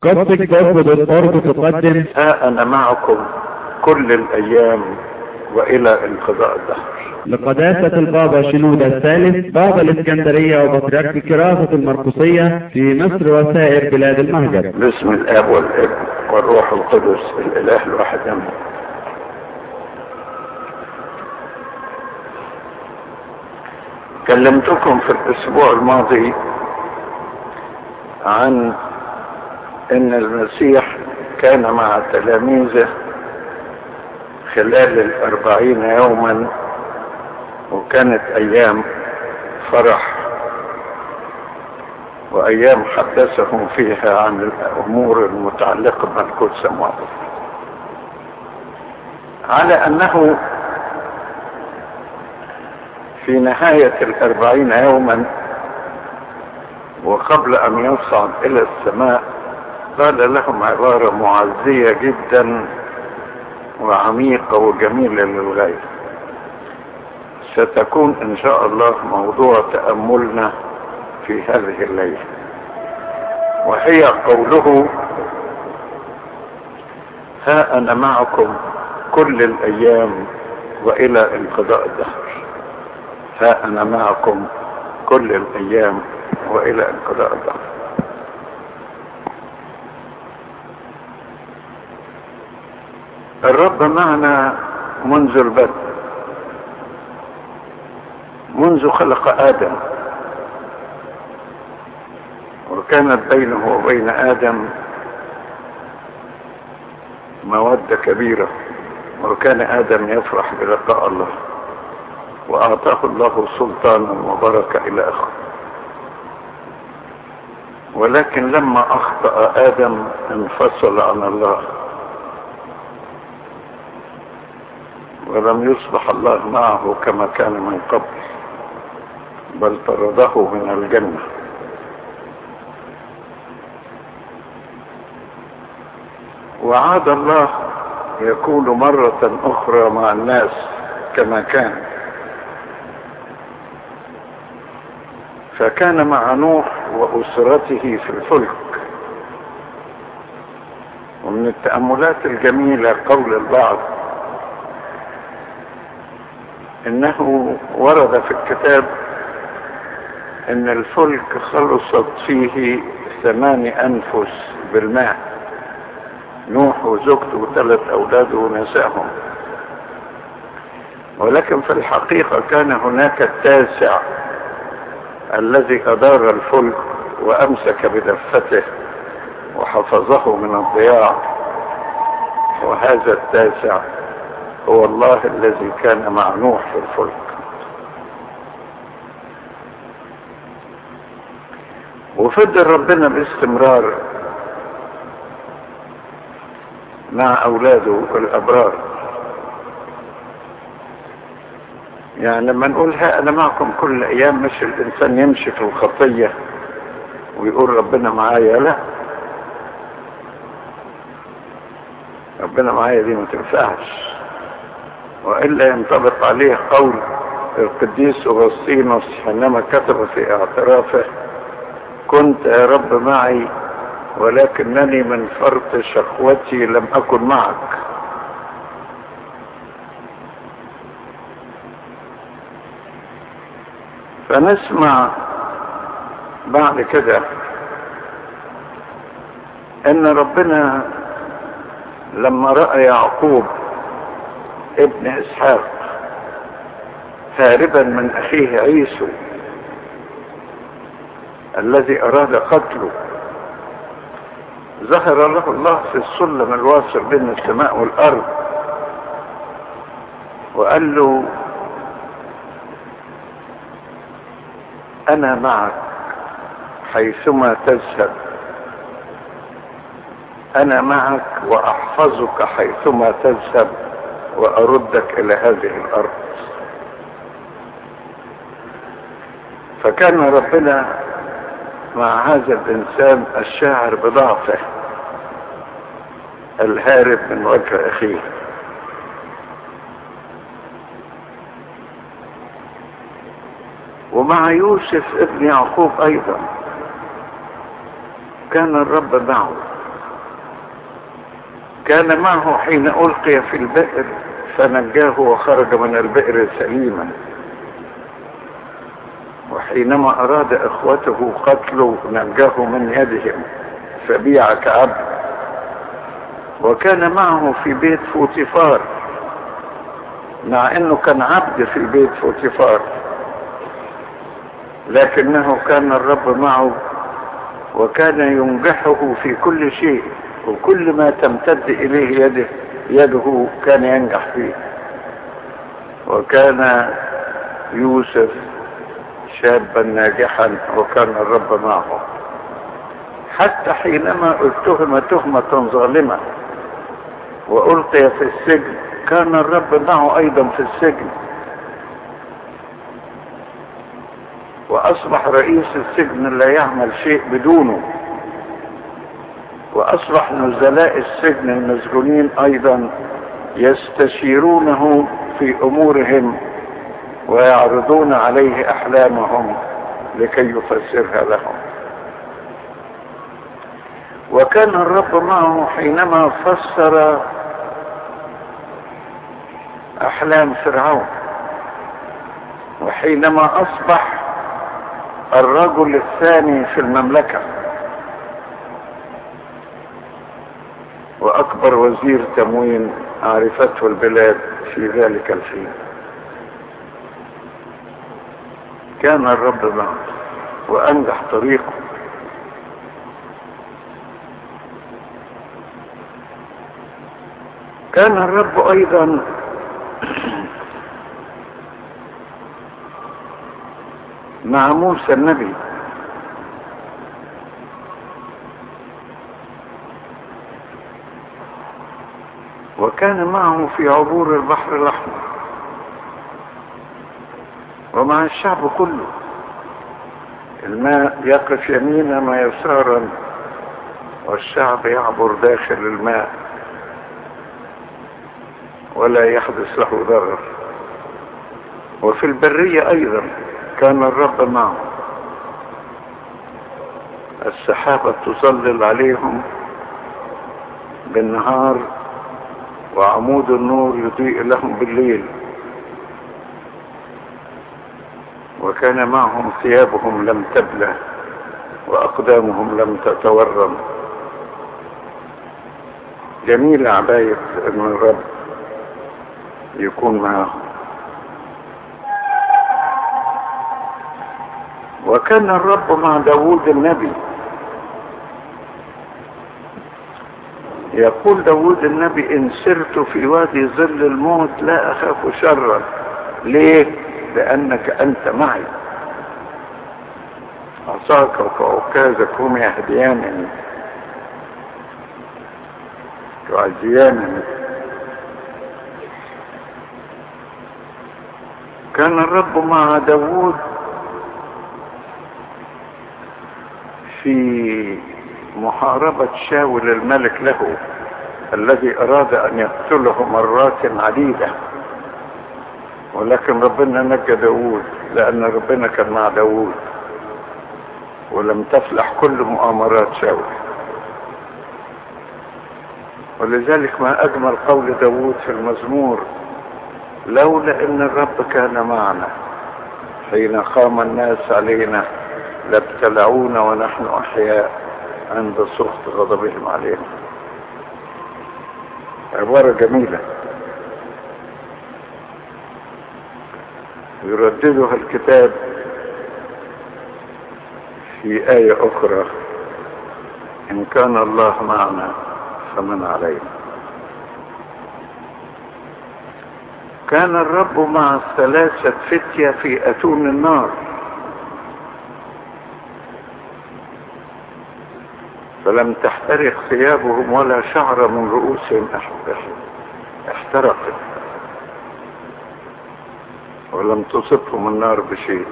قصدك تقدم ها أنا معكم كل الأيام وإلى انقضاء الدهر. لقداسة البابا شنودة الثالث بابا الإسكندرية وبطريرك كراسة المرقسية في مصر وسائر بلاد المهجر. باسم الآب والابن والروح القدس الإله الواحد آمين. كلمتكم في الأسبوع الماضي عن ان المسيح كان مع تلاميذه خلال 40 يوما، وكانت ايام فرح وايام حدثهم فيها عن الامور المتعلقة بملكوت السماوات، على انه في نهاية 40 يوما وقبل ان يصعد الى السماء قال لهم عبارة معزية جدا وعميقة وجميلة للغاية، ستكون ان شاء الله موضوع تأملنا في هذه الليلة، وهي قوله: ها انا معكم كل الايام والى انقضاء الدهر. ها انا معكم كل الايام والى انقضاء الدهر. الرب معنا منذ البدء، منذ خلق آدم، وكانت بينه وبين آدم مودة كبيرة، وكان آدم يفرح بلقاء الله، وأعطاه الله سلطانا وبركة إلى آخره. ولكن لما أخطأ آدم انفصل عن الله، ولم يصبح الله معه كما كان من قبل، بل طرده من الجنة. وعاد الله يكون مرة أخرى مع الناس كما كان، فكان مع نوح وأسرته في الفلك. ومن التأملات الجميلة قول البعض انه ورد في الكتاب ان الفلك خلصت فيه 8 انفس بالماء، نوح وزوجته و3 اولاده ونسائهم، ولكن في الحقيقة كان هناك التاسع الذي ادار الفلك وامسك بدفته وحفظه من الضياع، وهذا التاسع هو الله الذي كان مع نوح في الفلك. وفضل ربنا باستمرار مع اولاده الابرار. يعني لما نقول ها انا معكم كل ايام، مش الانسان يمشي في الخطية ويقول ربنا معايا، لا، ربنا معايا دي ما تنفعش، وإلا ينطبق عليه قول القديس أغسطينوس حينما كتب في اعترافه: كنت يا رب معي ولكنني من فرط شقوتي لم أكن معك. فنسمع بعد كده ان ربنا لما رأى يعقوب ابن إسحاق هاربا من أخيه عيسو الذي أراد قتله، ظهر له الله في السلم الواصل بين السماء والأرض وقال له: أنا معك حيثما تذهب، أنا معك وأحفظك حيثما تذهب وأردك إلى هذه الأرض. فكان ربنا مع هذا الإنسان الشاعر بضعفه الهارب من وجه أخيه. ومع يوسف ابن يعقوب أيضا كان الرب معه كان معه حين ألقي في البئر فنجاه وخرج من البئر سليما، وحينما أراد إخوته قتله نجاه من يدهم فبيع كعبد. وكان معه في بيت فوتيفار، مع انه كان عبد في بيت فوتيفار، لكنه كان الرب معه وكان ينجحه في كل شيء، وكل ما تمتد اليه يده كان ينجح فيه. وكان يوسف شابا ناجحا وكان الرب معه، حتى حينما اتهم تهمة ظالمة وألقي في السجن كان الرب معه أيضا في السجن، وأصبح رئيس السجن لا يعمل شيء بدونه، وأصبح نزلاء السجن المسجونين أيضا يستشيرونه في أمورهم ويعرضون عليه أحلامهم لكي يفسرها لهم. وكان الرب معه حينما فسر أحلام فرعون، وحينما أصبح الرجل الثاني في المملكة وأكبر وزير تموين عرفته البلاد في ذلك الحين. كان الرب معه وأنجح طريقه. كان الرب أيضا مع موسى النبي، وكان معه في عبور البحر الأحمر ومع الشعب كله. الماء يقف يمينا ويسارا والشعب يعبر داخل الماء ولا يحدث له ضرر. وفي البرية أيضا كان الرب معه، السحابة تظلل عليهم بالنهار وعمود النور يضيء لهم بالليل. وكان معهم ثيابهم لم تبلى وأقدامهم لم تتورم. جميل عباية ان الرب يكون معهم. وكان الرب مع داود النبي. يقول داود النبي: إن سرت في وادي ظل الموت لا أخاف شرا. ليه؟ لأنك أنت معي، عصاك وعكازك هم يهديانني يعزيانني. كان الرب مع داود في محاربة شاول الملك له الذي أراد أن يقتله مرات عديدة، ولكن ربنا نجى داود لأن ربنا كان مع داود ولم تفلح كل مؤامرات شاول. ولذلك ما أجمل قول داود في المزمور: لولا أن الرب كان معنا حين قام الناس علينا لابتلعونا ونحن أحياء عند سخط غضبهم علينا. عبارة جميلة يرددها الكتاب في آية أخرى: إن كان الله معنا فمن علينا. كان الرب مع الثلاثة فتية في أتون النار، فلم تحترق ثيابهم ولا شعر من رؤوسهم احترقت ولم تصبهم النار بشيء،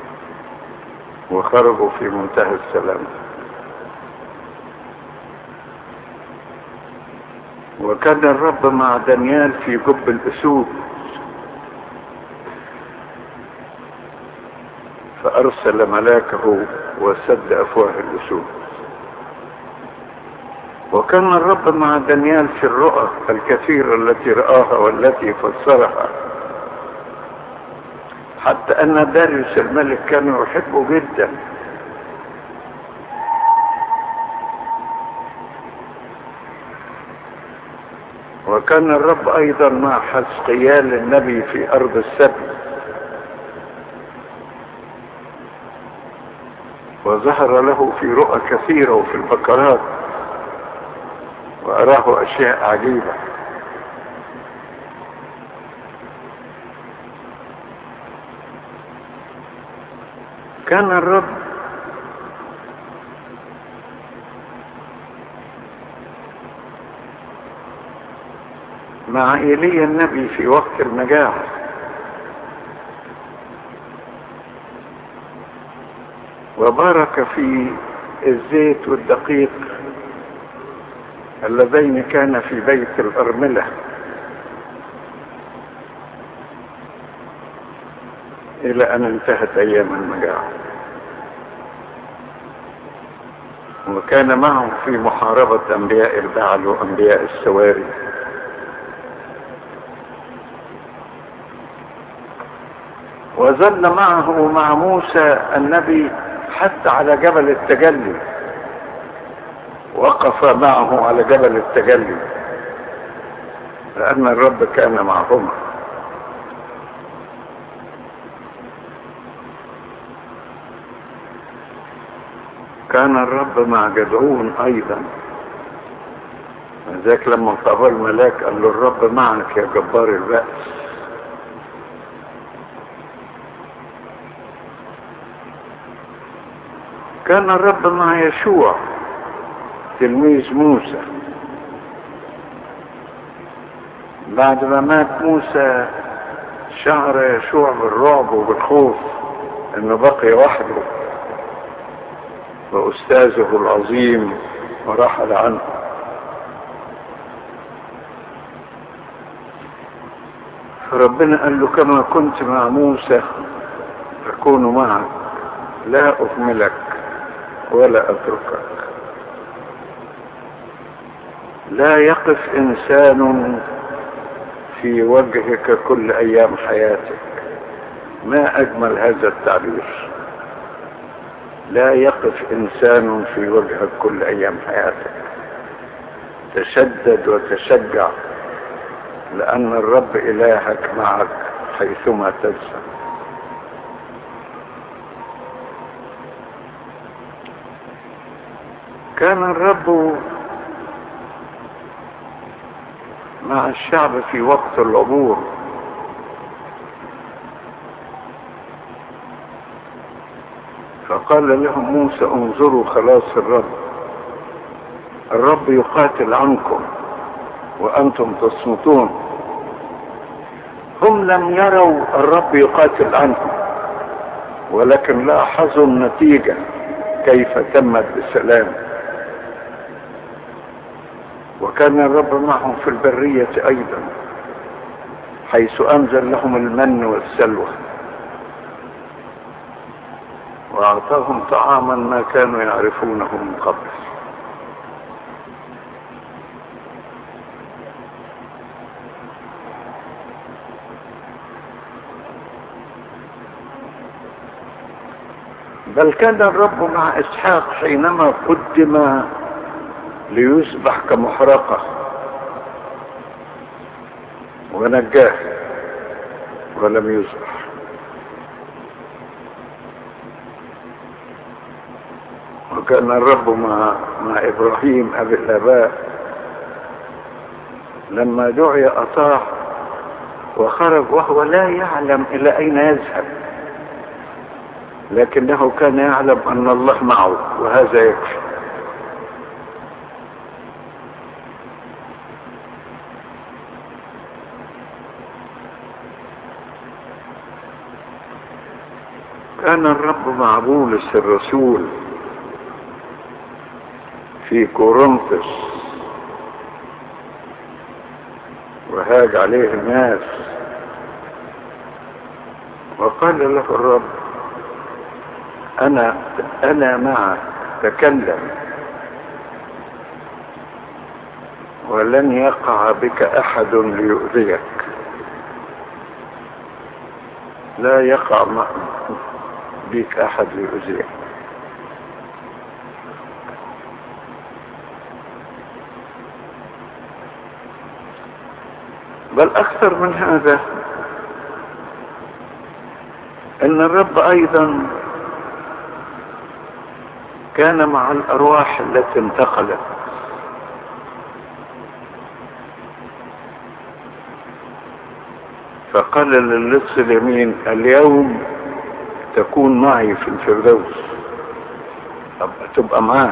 وخرجوا في منتهى السلام. وكان الرب مع دانيال في جب الأسود، فأرسل ملاكه وسد أفواه الأسود. وكان الرب مع دانيال في الرؤى الكثيرة التي رآها والتي فسرها، حتى أن داريوس الملك كان يحبه جدا. وكان الرب أيضا مع حزقيال النبي في أرض السبي، وظهر له في رؤى كثيرة وفي البكرات، وأراه أشياء عجيبة. كان الرب مع إيليا النبي في وقت المجاعة، وبارك في الزيت والدقيق اللذين كان في بيت الأرملة، إلى أن انتهت أيام المجاعة. وكان معهم في محاربة أنبياء البعل وأنبياء السواري. وظل معه مع موسى النبي حتى على جبل التجلي، وقف معه على جبل التجلي لأن الرب كان معهما. كان الرب مع جدعون أيضا، ذاك لما قابل الملاك قال له الرب معك يا جبار البأس. كان الرب مع يشوع تلميذ موسى، بعد ما مات موسى شعر يشوع بالرعب وبالخوف انه بقي وحده وأستاذه العظيم ورحل عنه. فربنا قال له كما كنت مع موسى أكون معك، لا أهملك ولا أتركك. لا يقف إنسان في وجهك كل أيام حياتك. ما أجمل هذا التعبير، لا يقف إنسان في وجهك كل أيام حياتك. تشدد وتشجع، لأن الرب إلهك معك حيثما تذهب. كان الرب مع الشعب في وقت العبور، فقال لهم موسى انظروا خلاص الرب يقاتل عنكم وأنتم تصمتون. هم لم يروا الرب يقاتل عنهم، ولكن لاحظوا النتيجة كيف تمت بسلام. وكان الرب معهم في البرية أيضا، حيث أنزل لهم المن والسلوى، وأعطاهم طعاما ما كانوا يعرفونه من قبل. بل كان الرب مع إسحاق حينما قدم ليذبح كمحرقة ونجاه ولم يذبح. وكان الرب مع إبراهيم أبي الآباء، لما دعي أطاع وخرج وهو لا يعلم إلى أين يذهب، لكنه كان يعلم أن الله معه، وهذا يكفي. كان الرب مع بولس الرسول في كورنثوس، وهاج عليه الناس، وقال له الرب أنا معك، تكلم ولن يقع بك أحد ليؤذيك. لا يقع بك أحد ليؤذيك. بل أكثر من هذا، إن الرب أيضا كان مع الأرواح التي انتقلت. فقال للص اليمين: اليوم تكون معي في الفردوس. تبقى معاه.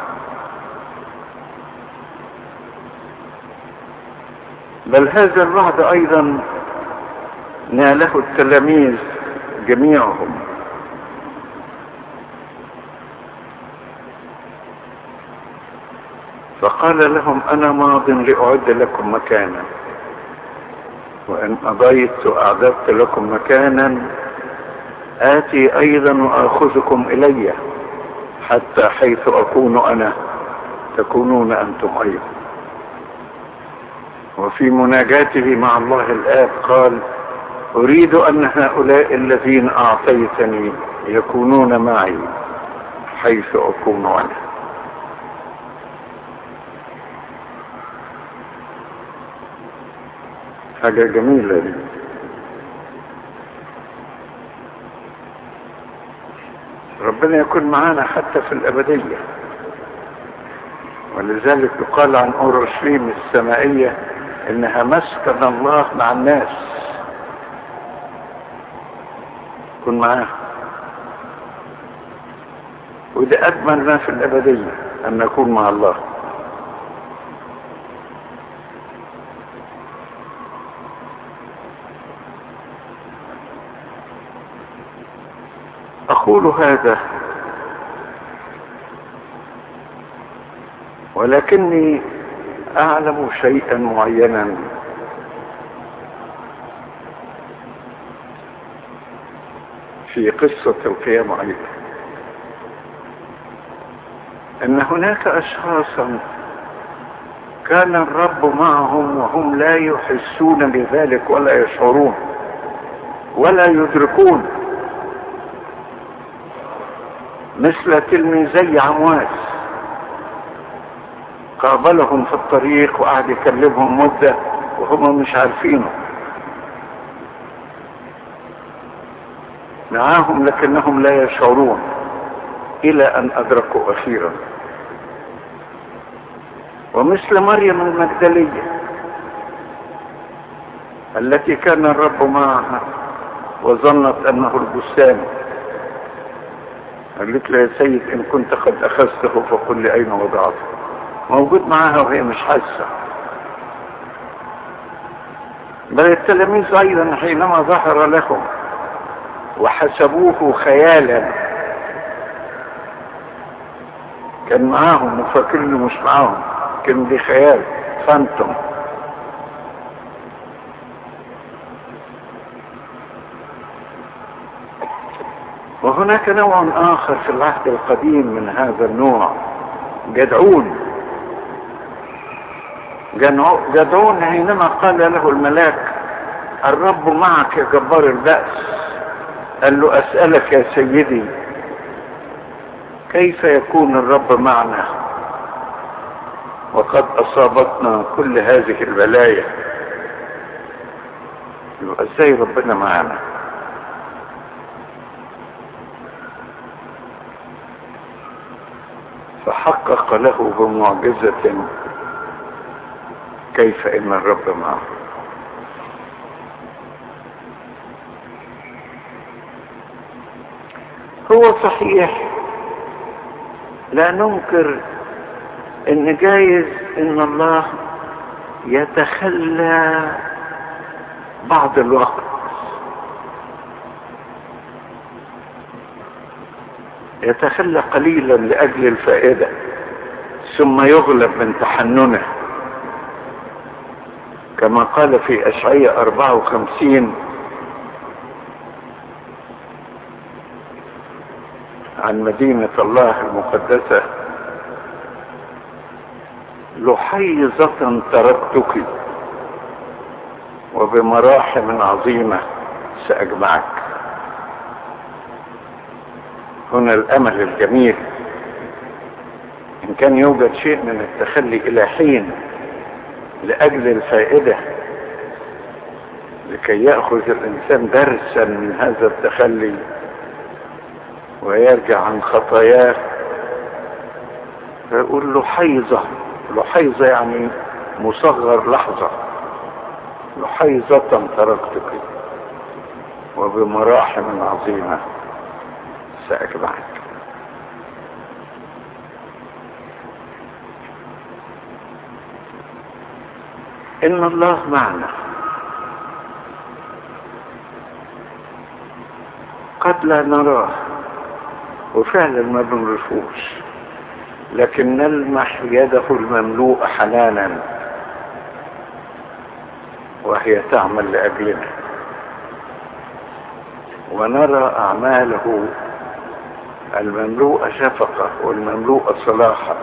بل هذا الوعد أيضا ناله التلاميذ جميعهم. فقال لهم: أنا ماض لأعد لكم مكانا، وإن أضيت وأعددت مكانا مكانا آتي أيضا وآخذكم إلي، حتى حيث أكون أنا تكونون أنتم أيضا. وفي مناجاته مع الله الآب قال: أريد أن هؤلاء الذين أعطيتني يكونون معي حيث أكون أنا. حاجة جميلة دي. ربنا يكون معانا حتى في الأبدية. ولذلك يقال عن أورشليم السمائية إنها مسكن الله مع الناس. يكون معاه. وده أجمل ما في الأبدية، أن نكون مع الله. أقول هذا ولكني أعلم شيئا معينا، في قصة القيامة أيضا، أن هناك أشخاصا كان الرب معهم وهم لا يحسون بذلك ولا يشعرون ولا يدركون، مثل تلميذي عمواس. قابلهم في الطريق وقعد يكلمهم مدة وهم مش عارفينه، معاهم لكنهم لا يشعرون، إلى أن أدركوا أخيرا. ومثل مريم المجدلية التي كان الرب معها وظنت أنه البستان، قالت له: يا سيد إن كنت قد أخذته فقل لي أين وضعته. موجود معها وهي مش حاسة. بل التلاميذ أيضا حينما ظهر لهم وحسبوه خيالا، كان معاهم وفاكرين مش معاهم، كان دي خيال، فانتم. وهناك نوع آخر في العهد القديم من هذا النوع، جدعون. جدعون حينما قال له الملاك: الرب معك يا جبار البأس، قال له: أسألك يا سيدي كيف يكون الرب معنا وقد أصابتنا كل هذه البلايا؟ يبقى ازاي ربنا معنا؟ فحقق له بمعجزة كيف إن الرب معه. هو صحيح لا ننكر ان جايز ان الله يتخلى بعض الوقت، يتخلى قليلا لأجل الفائدة ثم يغلب من تحننه، كما قال في أشعياء 54 عن مدينة الله المقدسة: لحيظة تركتك وبمراحم عظيمة سأجمعك. هنا الأمل الجميل. إن كان يوجد شيء من التخلي إلى حين لأجل الفائدة لكي يأخذ الإنسان درسا من هذا التخلي ويرجع عن خطاياه، فيقول له حيظة. لحيظة يعني مصغر لحظة. لحيظة تركتك وبمراحم عظيمة سأجمعك. إن الله معنا. قد لا نراه وفعلا ما بنرفوش، لكن نلمح يده المملوءة حنانا وهي تعمل لأجلنا، ونرى أعماله المملوءة شفقة والمملوءة صلاحا.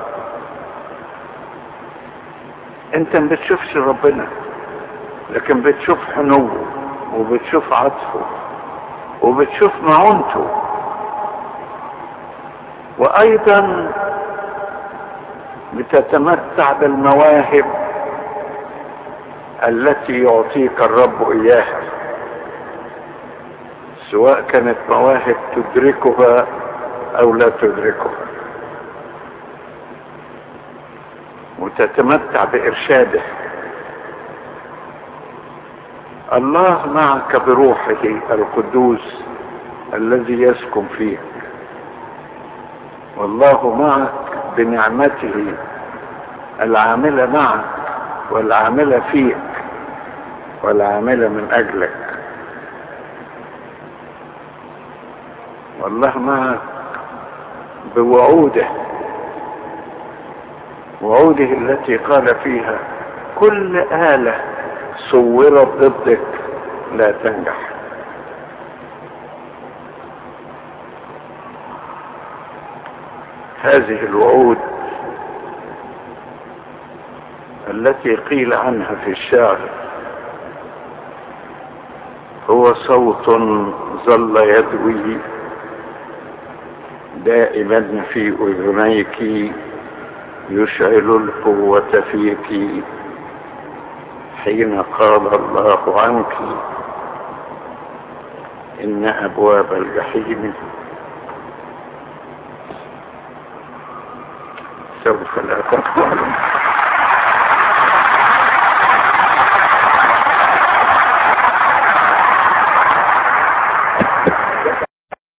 انت ما بتشوفش ربنا، لكن بتشوف حنوه وبتشوف عطفه وبتشوف معونته، وايضا بتتمتع بالمواهب التي يعطيك الرب اياها، سواء كانت مواهب تدركها او لا تدركها، وتتمتع بارشاده. الله معك بروحه القدوس الذي يسكن فيك، والله معك بنعمته العاملة معك والعاملة فيك والعاملة من أجلك. والله معك بوعوده، وعوده التي قال فيها كل آلة صورت ضدك لا تنجح. هذه الوعود التي قيل عنها في الشعر هو صوت ظل يدوي دائما في أذنيك يشعل القوة فيك حين قال الله عنك إن أبواب الجحيم سوف لا تقبل.